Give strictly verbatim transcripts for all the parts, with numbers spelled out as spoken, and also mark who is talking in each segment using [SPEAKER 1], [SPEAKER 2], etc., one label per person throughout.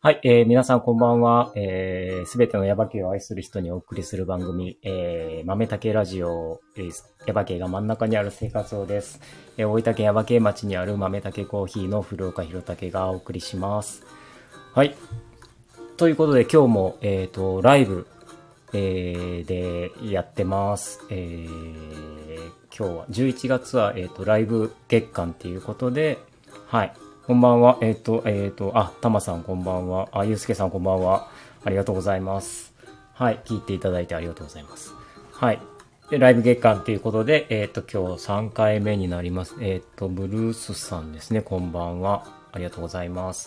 [SPEAKER 1] はい、えー、皆さんこんばんは。えー、すべてのヤバ系を愛する人にお送りする番組、えー、豆竹ラジオ、えー、ヤバ系が真ん中にある生活をです。えー、大分県ヤバ系町にある豆竹コーヒーの古岡弘武がお送りします。はい。ということで今日も、えっ、と、ライブ、えー、でやってます。えー、今日は、じゅういちがつは、えっ、と、ライブ月間っていうことで、はい。こんばんは。えっ、と、えっ、と、あ、たまさんこんばんは。あ、ゆうすけさんこんばんは。ありがとうございます。はい。聞いていただいてありがとうございます。はい。で、ライブ月間ということで、えっ、と、今日さんかいめになります。えっ、と、ブルースさんですね。こんばんは。ありがとうございます。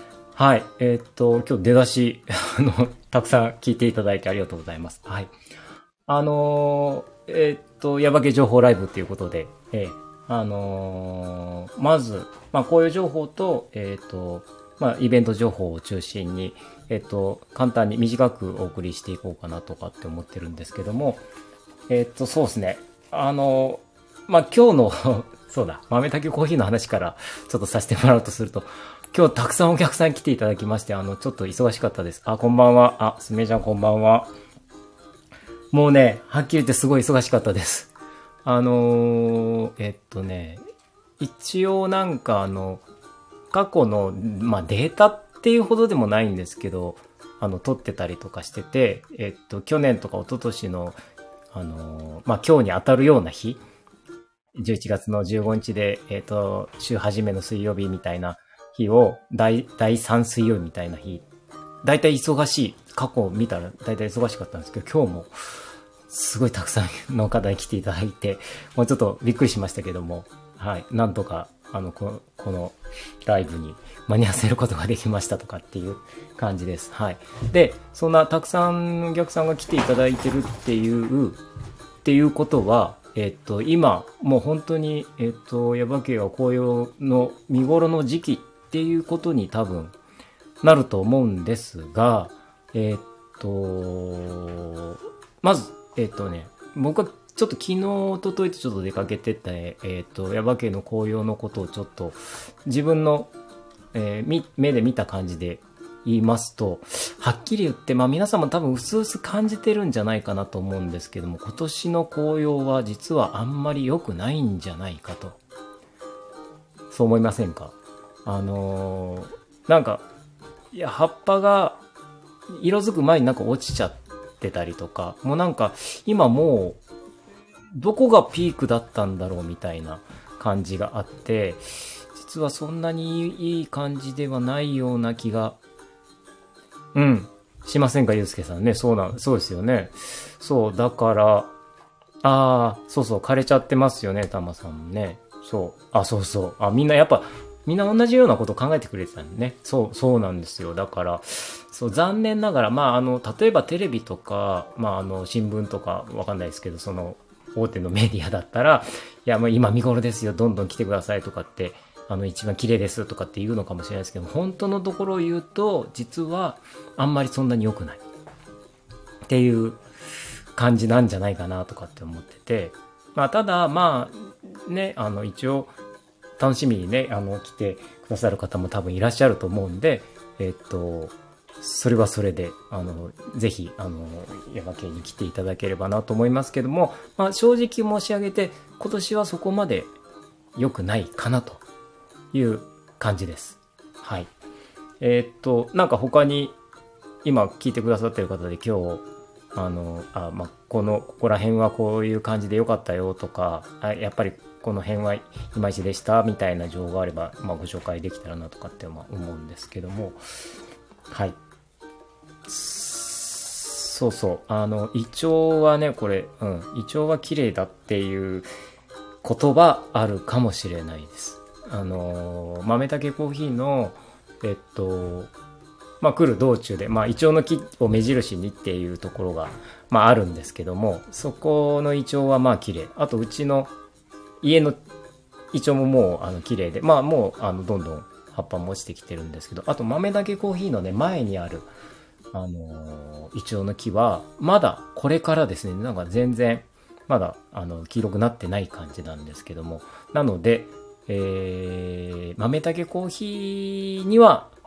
[SPEAKER 1] はい。えっ、と、今日出だし、あの、たくさん聞いていただいてありがとうございます。はい。あのーえっ、と、ヤバ系情報ライブということで、えーあのーまず、まあ、こういう情報と、えっ、と、まあ、イベント情報を中心に、えっ、と、簡単に短くお送りしていこうかなとかって思ってるんですけども、えっ、と、そうですね。あのーまあ、今日のそうだ、豆炊きコーヒーの話からちょっとさせてもらうとすると、今日たくさんお客さん来ていただきまして、あの、ちょっと忙しかったです。あ、こんばんは。あ、すみれちゃんこんばんは。もうね、はっきり言ってすごい忙しかったです。あのーえっとね、一応なんかあの、過去の、まあ、データっていうほどでもないんですけど、あの、撮ってたりとかしてて、えっと、去年とか一昨年の、あのーまあ、今日に当たるような日、じゅういちがつのじゅうごにちで、えっと、週初めの水曜日みたいな日を、第、第さん水曜日みたいな日、だいたい忙しい、過去を見たらだいたい忙しかったんですけど、今日も、すごいたくさんの方に来ていただいて、もうちょっとびっくりしましたけども、はい、なんとか、あの、この、このライブに間に合わせることができましたとかっていう感じです。はい。で、そんなたくさんお客さんが来ていただいてるっていう、っていうことは、えっと、今、もう本当に、えっと、耶馬渓は紅葉の見頃の時期っていうことに多分なると思うんですが、えっと、まず、えっとね、僕はちょっと昨日、一昨日とちょっと出かけてて、えっと、耶馬渓の紅葉のことをちょっと自分の、えー目で見た感じで言いますと、はっきり言って、まあ皆さんも多分薄々感じてるんじゃないかなと思うんですけども、今年の紅葉は実はあんまり良くないんじゃないかと。そう思いませんか？あのーなんか、いや、葉っぱが色づく前になんか落ちちゃってたりとか、もうなんか今もうどこがピークだったんだろうみたいな感じがあって、実はそんなにいい感じではないような気が、うん、しませんか、ゆうすけさんね。そうなん、そうですよね。そう、だから、ああ、そうそう、枯れちゃってますよね、たまさんもね。そう。あ、そうそう。あ、みんなやっぱ、みんな同じようなこと考えてくれてたんね。そう、そうなんですよ。だから、そう、残念ながら、まあ、あの、例えばテレビとか、まあ、あの、新聞とか、わかんないですけど、その、大手のメディアだったら、いや、もう今見頃ですよ、どんどん来てくださいとかって、あの、一番綺麗ですとかって言うのかもしれないですけど、本当のところを言うと、実は、あんまりそんなに良くない。っていう感じなんじゃないかなとかって思ってて、まあ、ただ、まあ、ね、あの、一応、楽しみにね、あの、来てくださる方も多分いらっしゃると思うんで、えっと、それはそれで、あの、ぜひ、あの、山県に来ていただければなと思いますけども、まあ、正直申し上げて、今年はそこまで良くないかなという感じです。はい。えっと、なんか他に、今聞いてくださってる方で今日、あの、あ、まあ、この、ここら辺はこういう感じで良かったよとか、あ、やっぱりこの辺はいまいちでしたみたいな情報があれば、まあ、ご紹介できたらなとかってまあ思うんですけども、はい。そうそう。あの、イチョウはね、これ、うん、イチョウは綺麗だっていう言葉あるかもしれないです。あの、豆竹コーヒーの、えっと、まあ、来る道中で、まあ、イチョウの木を目印にっていうところが、まあ、あるんですけども、そこのイチョウはまあ綺麗。あと、うちの家のイチョウももうあの綺麗で、まあ、もうあのどんどん葉っぱも落ちてきてるんですけど、あと豆だけコーヒーのね、前にある、あのーイチョウの木は、まだこれからですね、なんか全然、まだあの黄色くなってない感じなんですけども、なので、えー、豆だけコーヒーには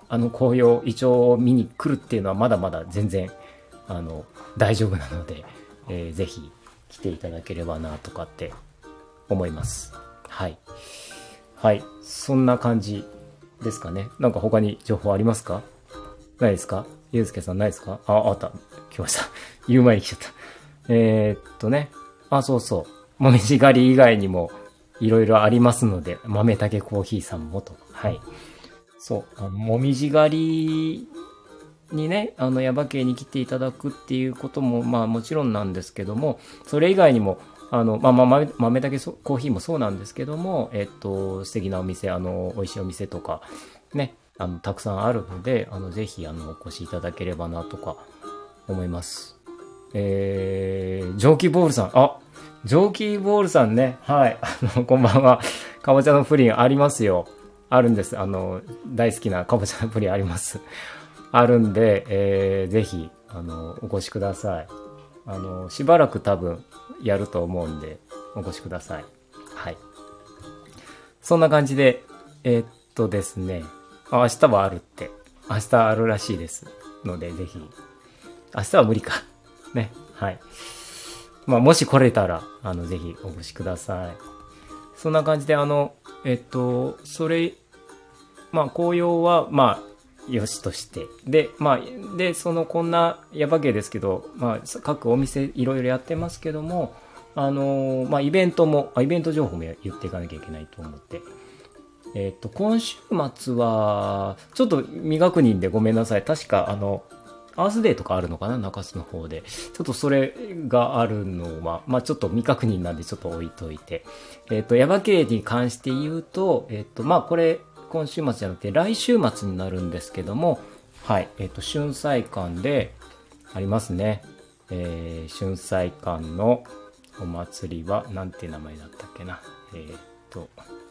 [SPEAKER 1] あの紅葉、イチョウを見に来るっていうのはまだまだ全然、あの、大丈夫なので、えー、ぜひ来ていただければなとかって思います。はい。はい。そんな感じですかね。なんか他に情報ありますか？ないですか？ゆうすけさんないですか？あ、あった。来ました。言う前に来ちゃった。えー、っとね。あ、そうそう。もみじ狩り以外にもいろいろありますので、豆たけコーヒーさんもと。はい。そう。あのもみじ狩りにね、あの、耶馬渓に来ていただくっていうことも、まあもちろんなんですけども、それ以外にも、あの、まあまあ豆、豆だけコーヒーもそうなんですけども、えっと、素敵なお店、あの、美味しいお店とか、ね、あの、たくさんあるので、あの、ぜひ、あの、お越しいただければなとか思います。えー、蒸気ボールさん、あ、蒸気ボールさんね、はい、あの、こんばんは。かぼちゃのプリンありますよ。あるんです。あの、大好きなかぼちゃのプリンあります。あるんで、えー、ぜひ、あの、お越しください。あの、しばらく多分やると思うんで、お越しください。はい。そんな感じで、えーっとですね、あ、明日はあるって、明日あるらしいですので、ぜひ、明日は無理か。ね、はい。まあ、もし来れたら、あの、ぜひお越しください。そんな感じで、あの、えっと、それ、まあ、紅葉は、まあ、よしとして。で、まあ、で、その、こんな、ヤバ系ですけど、まあ、各お店いろいろやってますけども、あのーまあ、イベントも、イベント情報も言っていかなきゃいけないと思って。えっと、今週末は、ちょっと未確認でごめんなさい。確か、あの、アースデーとかあるのかな中洲の方で。ちょっとそれがあるのは、まあちょっと未確認なんでちょっと置いといて。えっと、ヤバ系に関して言うと、えっと、まあこれ、今週末じゃなくて来週末になるんですけども、はい、えっと、春菜館でありますね。えー、春菜館のお祭りは、なんて名前だったっけな。えー、っと、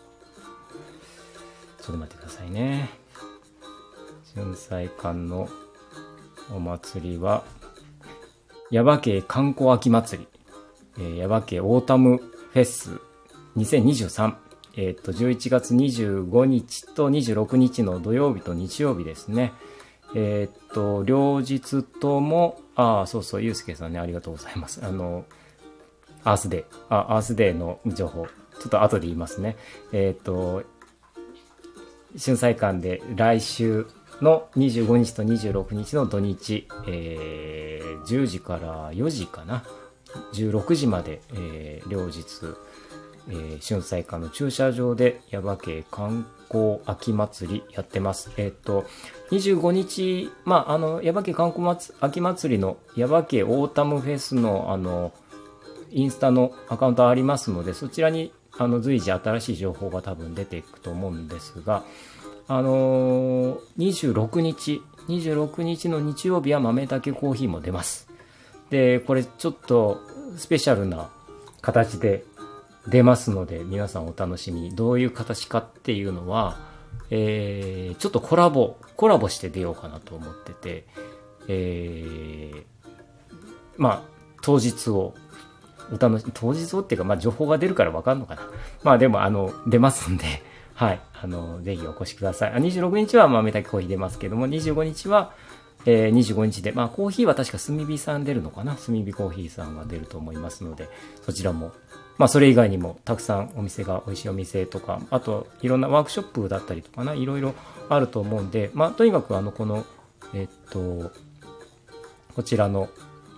[SPEAKER 1] ちょっと待ってくださいね。春菜館のお祭りは、耶馬渓観光秋祭り、えー、耶馬渓オータムフェスにせんにじゅうさん、えー、っと、じゅういちがつにじゅうごにちとにじゅうろくにちの土曜日と日曜日ですね。えー、っと、両日とも、ああ、そうそう、ゆうすけさんね、ありがとうございます。あの、アースデー、あ、アースデーの情報、ちょっと後で言いますね。えー、っと、春菜館で来週、のにじゅうごにちとにじゅうろくにちの土日、えー、じゅうじからよじかなじゅうろくじまで、えー、両日、えー、春菜館の駐車場で耶馬渓観光秋祭りやってます。えっ、ー、とにじゅうごにち、まああの耶馬渓観光秋祭りの耶馬渓オータムフェスのあのインスタのアカウントありますので、そちらにあの随時新しい情報が多分出ていくと思うんですが、あのー、にじゅうろくにち、にじゅうろくにちの日曜日は豆たけコーヒーも出ます。で、これちょっとスペシャルな形で出ますので、皆さんお楽しみに。どういう形かっていうのは、えー、ちょっとコラボ、コラボして出ようかなと思ってて、えー、まあ、当日を、お楽し当日をっていうか、まあ情報が出るからわかんのかな。まあでも、あの、出ますんで、はい。あの、ぜひお越しください。にじゅうろくにちは豆炊きコーヒー出ますけども、にじゅうごにちは、えー、にじゅうごにちで、まあコーヒーは確か炭火さん出るのかな。炭火コーヒーさんが出ると思いますので、そちらも、まあそれ以外にもたくさんお店が、美味しいお店とか、あといろんなワークショップだったりとかな、いろいろあると思うんで、まあとにかくあの、この、えっと、こちらの、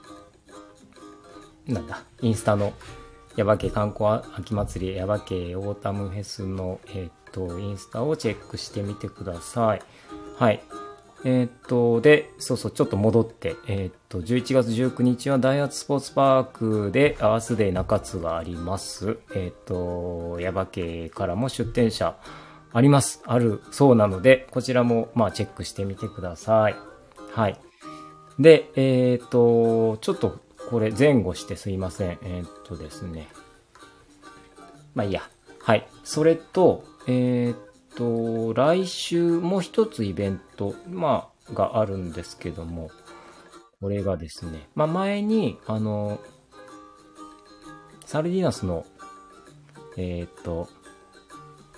[SPEAKER 1] なんだ、インスタの、耶馬渓観光秋祭り耶馬渓オータムフェスの、えっと、インスタをチェックしてみてください。はい。えっと、で、そうそう、ちょっと戻って、えっと、じゅういちがつじゅうくにちはダイハツスポーツパークでアースデー中津があります。えっと、耶馬渓からも出店者あります。あるそうなので、こちらも、まあ、チェックしてみてください。はい。で、えっと、ちょっと、これ前後してすいません。えー、っとですね。まあいいや。はい。それと、えー、っと、来週もう一つイベント、まあ、があるんですけども、これがですね、まあ前に、あの、サルディナスの、えー、っと、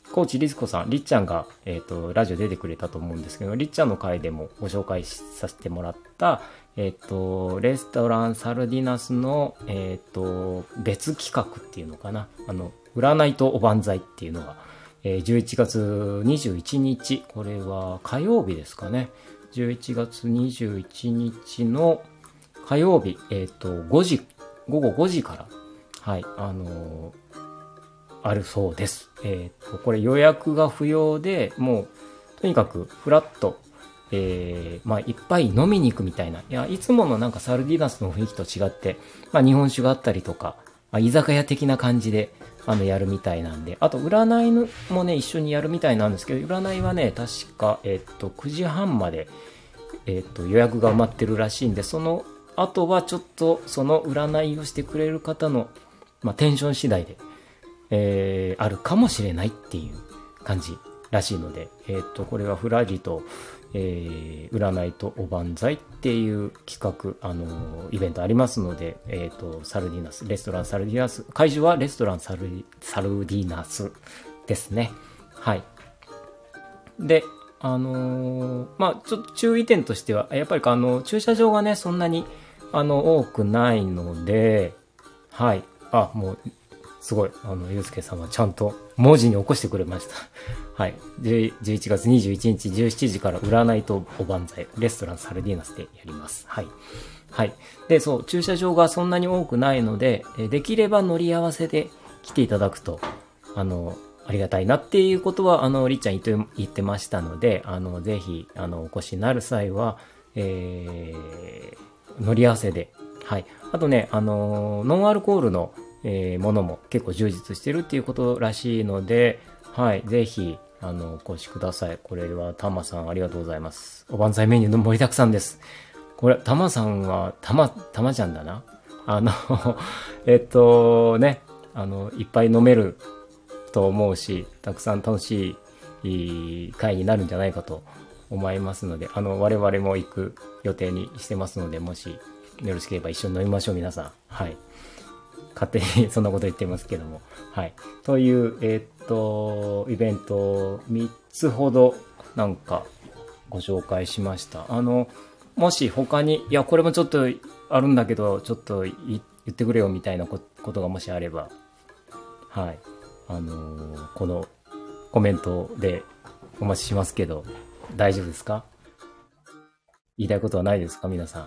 [SPEAKER 1] コーチリツコさん、りっちゃんが、えっと、ラジオ出てくれたと思うんですけど、りっちゃんの回でもご紹介させてもらった、えっと、レストランサルディナスの、えっと、別企画っていうのかな。あの、占いとおばんざいっていうのが、えー、じゅういちがつにじゅういちにち、これは火曜日ですかね。じゅういちがつにじゅういちにちの火曜日、えっと、ごじ、ごごごじから、はい、あのー、あるそうです。えっと、これ予約が不要で、もう、とにかくフラット、えー、まあ、いっぱい飲みに行くみたいな。いや、いつものなんかサルディナスの雰囲気と違って、まあ、日本酒があったりとか、まあ、居酒屋的な感じで、あの、やるみたいなんで、あと、占いもね、一緒にやるみたいなんですけど、占いはね、確か、えっと、くじはんまで、えっと、予約が埋まってるらしいんで、その後はちょっと、その占いをしてくれる方の、まあ、テンション次第で、えー、あるかもしれないっていう感じらしいので、えっと、これはふらりと、えー、占いとおばんざいっていう企画、あのー、イベントありますので、えっと、サルディナス、レストランサルディナス、会場はレストランサル、サルディナスですね。はい。で、あのー、まあちょっと注意点としては、やっぱりあの、駐車場がね、そんなに、あの、多くないので、はい。あ、もう、すごい。あの、ゆうすけさんはちゃんと文字に起こしてくれました。はい。じゅういちがつにじゅういちにちじゅうしちじから占いとおばんざい、レストランサルディーナスでやります。はい。はい。で、そう、駐車場がそんなに多くないので、できれば乗り合わせで来ていただくと、あの、ありがたいなっていうことは、あの、りっちゃん言って、言ってましたので、あの、ぜひ、あの、お越しになる際は、えー、乗り合わせで、はい。あとね、あの、ノンアルコールの、えー、ものも結構充実してるっていうことらしいので、はい、ぜひ、あの、お越しください。これは、たまさんありがとうございます。おばんざいメニューの盛りだくさんです。これ、たまさんは、たま、たまちゃんだな。あの、えっと、ね、あの、いっぱい飲めると思うし、たくさん楽しい会になるんじゃないかと思いますので、あの、我々も行く予定にしてますので、もしよろしければ一緒に飲みましょう、皆さん。はい。勝手にそんなこと言ってますけども。はい。という、えー、っと、イベントみっつほどなんかご紹介しました。あの、もし他に、いや、これもちょっとあるんだけど、ちょっと言ってくれよみたいなことがもしあれば、はい。あのー、このコメントでお待ちしますけど、大丈夫ですか？言いたいことはないですか皆さん。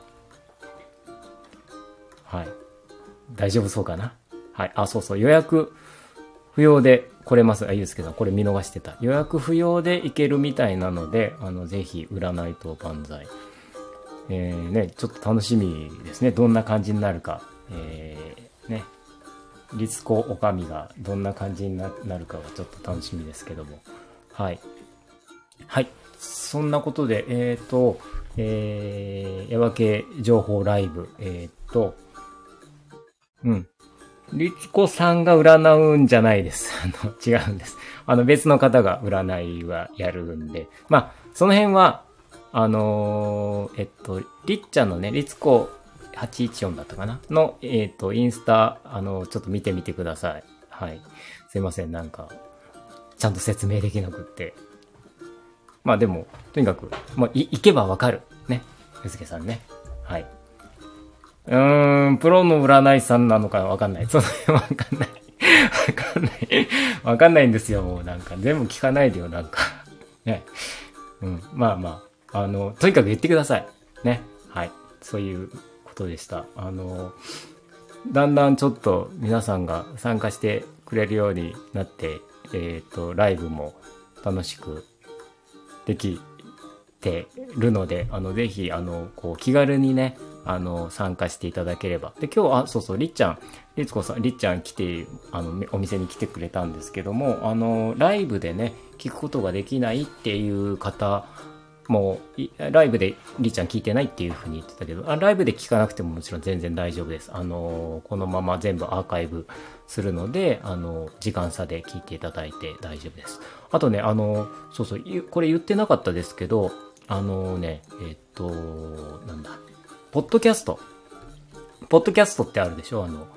[SPEAKER 1] はい。大丈夫そうかな。はい。あ、そうそう。予約不要で来れます。あ、いいですけど、これ見逃してた。予約不要で行けるみたいなので、あの、ぜひ、占いと万歳。えー、ね、ちょっと楽しみですね。どんな感じになるか。えー、ね。律子おかみがどんな感じになるかはちょっと楽しみですけども。はい。はい。そんなことで、えっ、ー、と、えー、ヤバ系情報ライブ、えっ、ー、と、うん。律子さんが占うんじゃないです。あの、違うんです。あの、別の方が占いはやるんで。まあ、その辺は、あのー、えっと、りっちゃんのね、律子はちいちよんだったかなの、えっと、インスタ、あの、ちょっと見てみてください。はい。すいません、なんか、ちゃんと説明できなくって。まあでも、とにかく、まあ、い、行けばわかる。ね。ゆずけさんね。はい。うーん、プロの占い師さんなのかわかんない。その辺わかんない。わかんない。わかんないんですよ、もうなんか。全部聞かないでよ、なんか。ね。うん、まあまあ、あの、とにかく言ってください。ね。はい。そういうことでした。あの、だんだんちょっと皆さんが参加してくれるようになって、えっと、ライブも楽しくできてるので、あの、ぜひ、あの、こう、気軽にね、あの、参加していただければ。で、今日、あ、そうそう、りっちゃん、りつこさん、りっちゃん来て、あの、お店に来てくれたんですけども、あの、ライブでね、聞くことができないっていう方も、ライブでりっちゃん聞いてないっていうふうに言ってたけど、あ、ライブで聞かなくてももちろん全然大丈夫です。あの、このまま全部アーカイブするので、あの、時間差で聞いていただいて大丈夫です。あとね、あの、そうそう、これ言ってなかったですけど、あのね、えっと、なんだ、ポッドキャスト。ポッドキャストってあるでしょあの、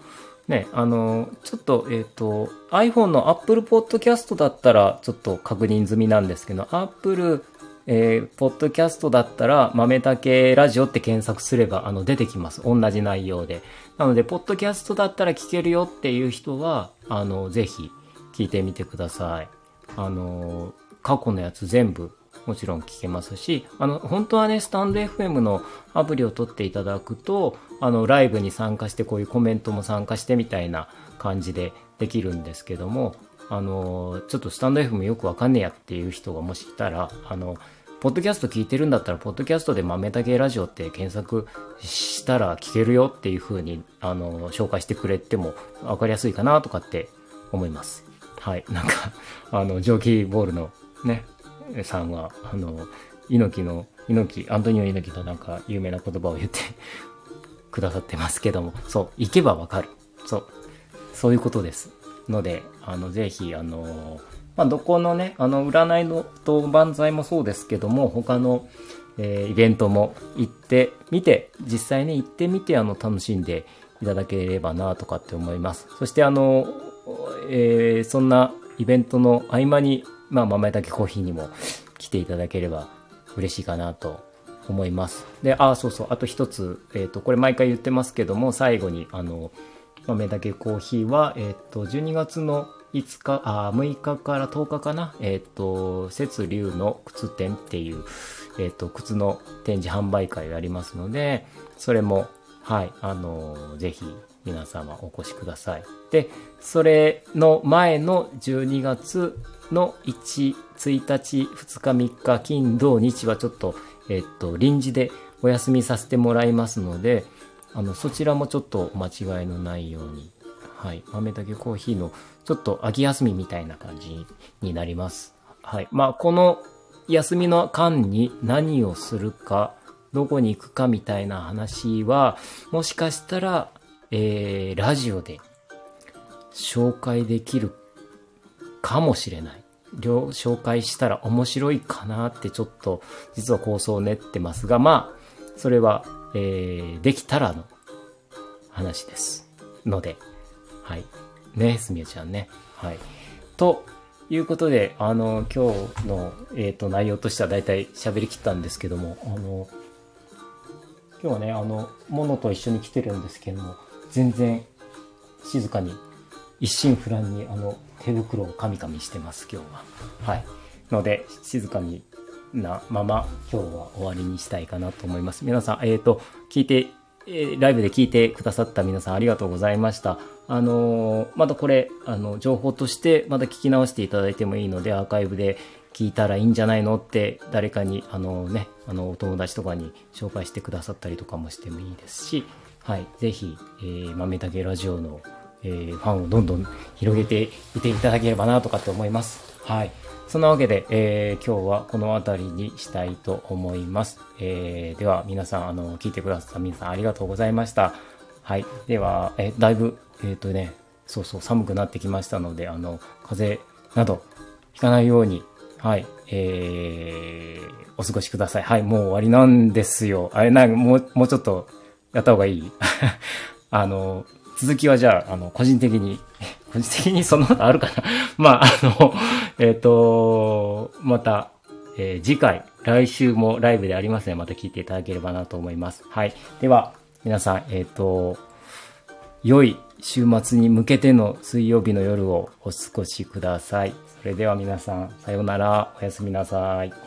[SPEAKER 1] ね、あの、ちょっと、えっと、iPhone の Apple Podcast だったら、ちょっと確認済みなんですけど、Apple、えー、Podcast だったら、豆竹ラジオって検索すれば、あの、出てきます。同じ内容で。なので、Podcast だったら聞けるよっていう人は、あの、ぜひ、聞いてみてください。あの、過去のやつ全部、もちろん聞けますし、あの、本当はね、スタンド エフエム のアプリを取っていただくと、あの、ライブに参加して、こういうコメントも参加してみたいな感じでできるんですけども、あの、ちょっとスタンド エフエム よくわかんねえやっていう人がもしいたら、あの、ポッドキャスト聞いてるんだったら、ポッドキャストで豆だけラジオって検索したら聞けるよっていう風に、あの、紹介してくれてもわかりやすいかなとかって思います。はい。なんか、あの、ジョーキーボールのね、さんは、あの、猪木の、猪木、アントニオ猪木のなんか有名な言葉を言ってくださってますけども、そう、行けばわかる。そう、そういうことです。ので、あの、ぜひ、あの、まあ、どこのね、あの、占いのと万歳もそうですけども、他の、えーイベントも行ってみて、実際に行ってみて、あの、楽しんでいただければなとかって思います。そして、あの、えーそんなイベントの合間に、まあ、豆だけコーヒーにも来ていただければ嬉しいかなと思います。で、あ、そうそう、あと一つ、えっと、これ毎回言ってますけども、最後に、あの、豆だけコーヒーは、えっと、じゅうにがつのいつか、あ、むいかからとおかかな、えっと、節流の靴店っていう、えっと、靴の展示販売会をやりますので、それも、はい、あの、ぜひ、皆様お越しください。で、それの前のじゅうにがつのいち、ついたち、ふつか、みっか、金、土、日はちょっと、えっと、臨時でお休みさせてもらいますので、あの、そちらもちょっとお間違いのないように、はい、豆だけコーヒーのちょっと秋休みみたいな感じになります。はい。まあ、この休みの間に何をするか、どこに行くかみたいな話は、もしかしたら、えー、ラジオで紹介できるかもしれない。両紹介したら面白いかなってちょっと実は構想を練ってますが、まあ、それは、えー、できたらの話です。ので、はい。ね、すみえちゃんね。はい。ということで、あの、今日の、えっと、内容としてはだいたい喋りきったんですけども、あの、今日はね、あの、モノと一緒に来てるんですけども、全然静かに一心不乱にあの手袋をカミカミしてます今日は。はい。ので静かになまま今日は終わりにしたいかなと思います。皆さん、えっと聞いて、えーライブで聞いてくださった皆さんありがとうございました。あのーまたこれあの情報としてまた聞き直していただいてもいいので、アーカイブで聞いたらいいんじゃないのって誰かにあのねあのお友達とかに紹介してくださったりとかもしてもいいですし、はい、ぜひ、えー、豆だけラジオの、えーファンをどんどん広げていていただければなとかって思います。はい。そんなわけで、えー今日はこの辺りにしたいと思います。えーでは皆さん、あの、聞いてくださった皆さんありがとうございました。はい。では、えだいぶ、えっ、とね、そうそう寒くなってきましたので、あの、風邪などひかないように、はい、えー、お過ごしください。はい、もう終わりなんですよ。あれ、なんかもう、もうちょっとやった方がいいあの、続きはじゃあ、あの、個人的に、個人的にそんなことあるかなまあ、あの、えっ、と、また、えー次回、来週もライブでありますので、また聞いていただければなと思います。はい。では、皆さん、えっ、と、良い週末に向けての水曜日の夜をお過ごしください。それでは皆さん、さようなら。おやすみなさい。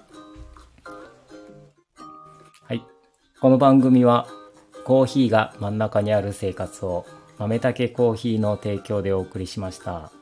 [SPEAKER 1] はい。この番組は、コーヒーが真ん中にある生活を、豆たけコーヒーの提供でお送りしました。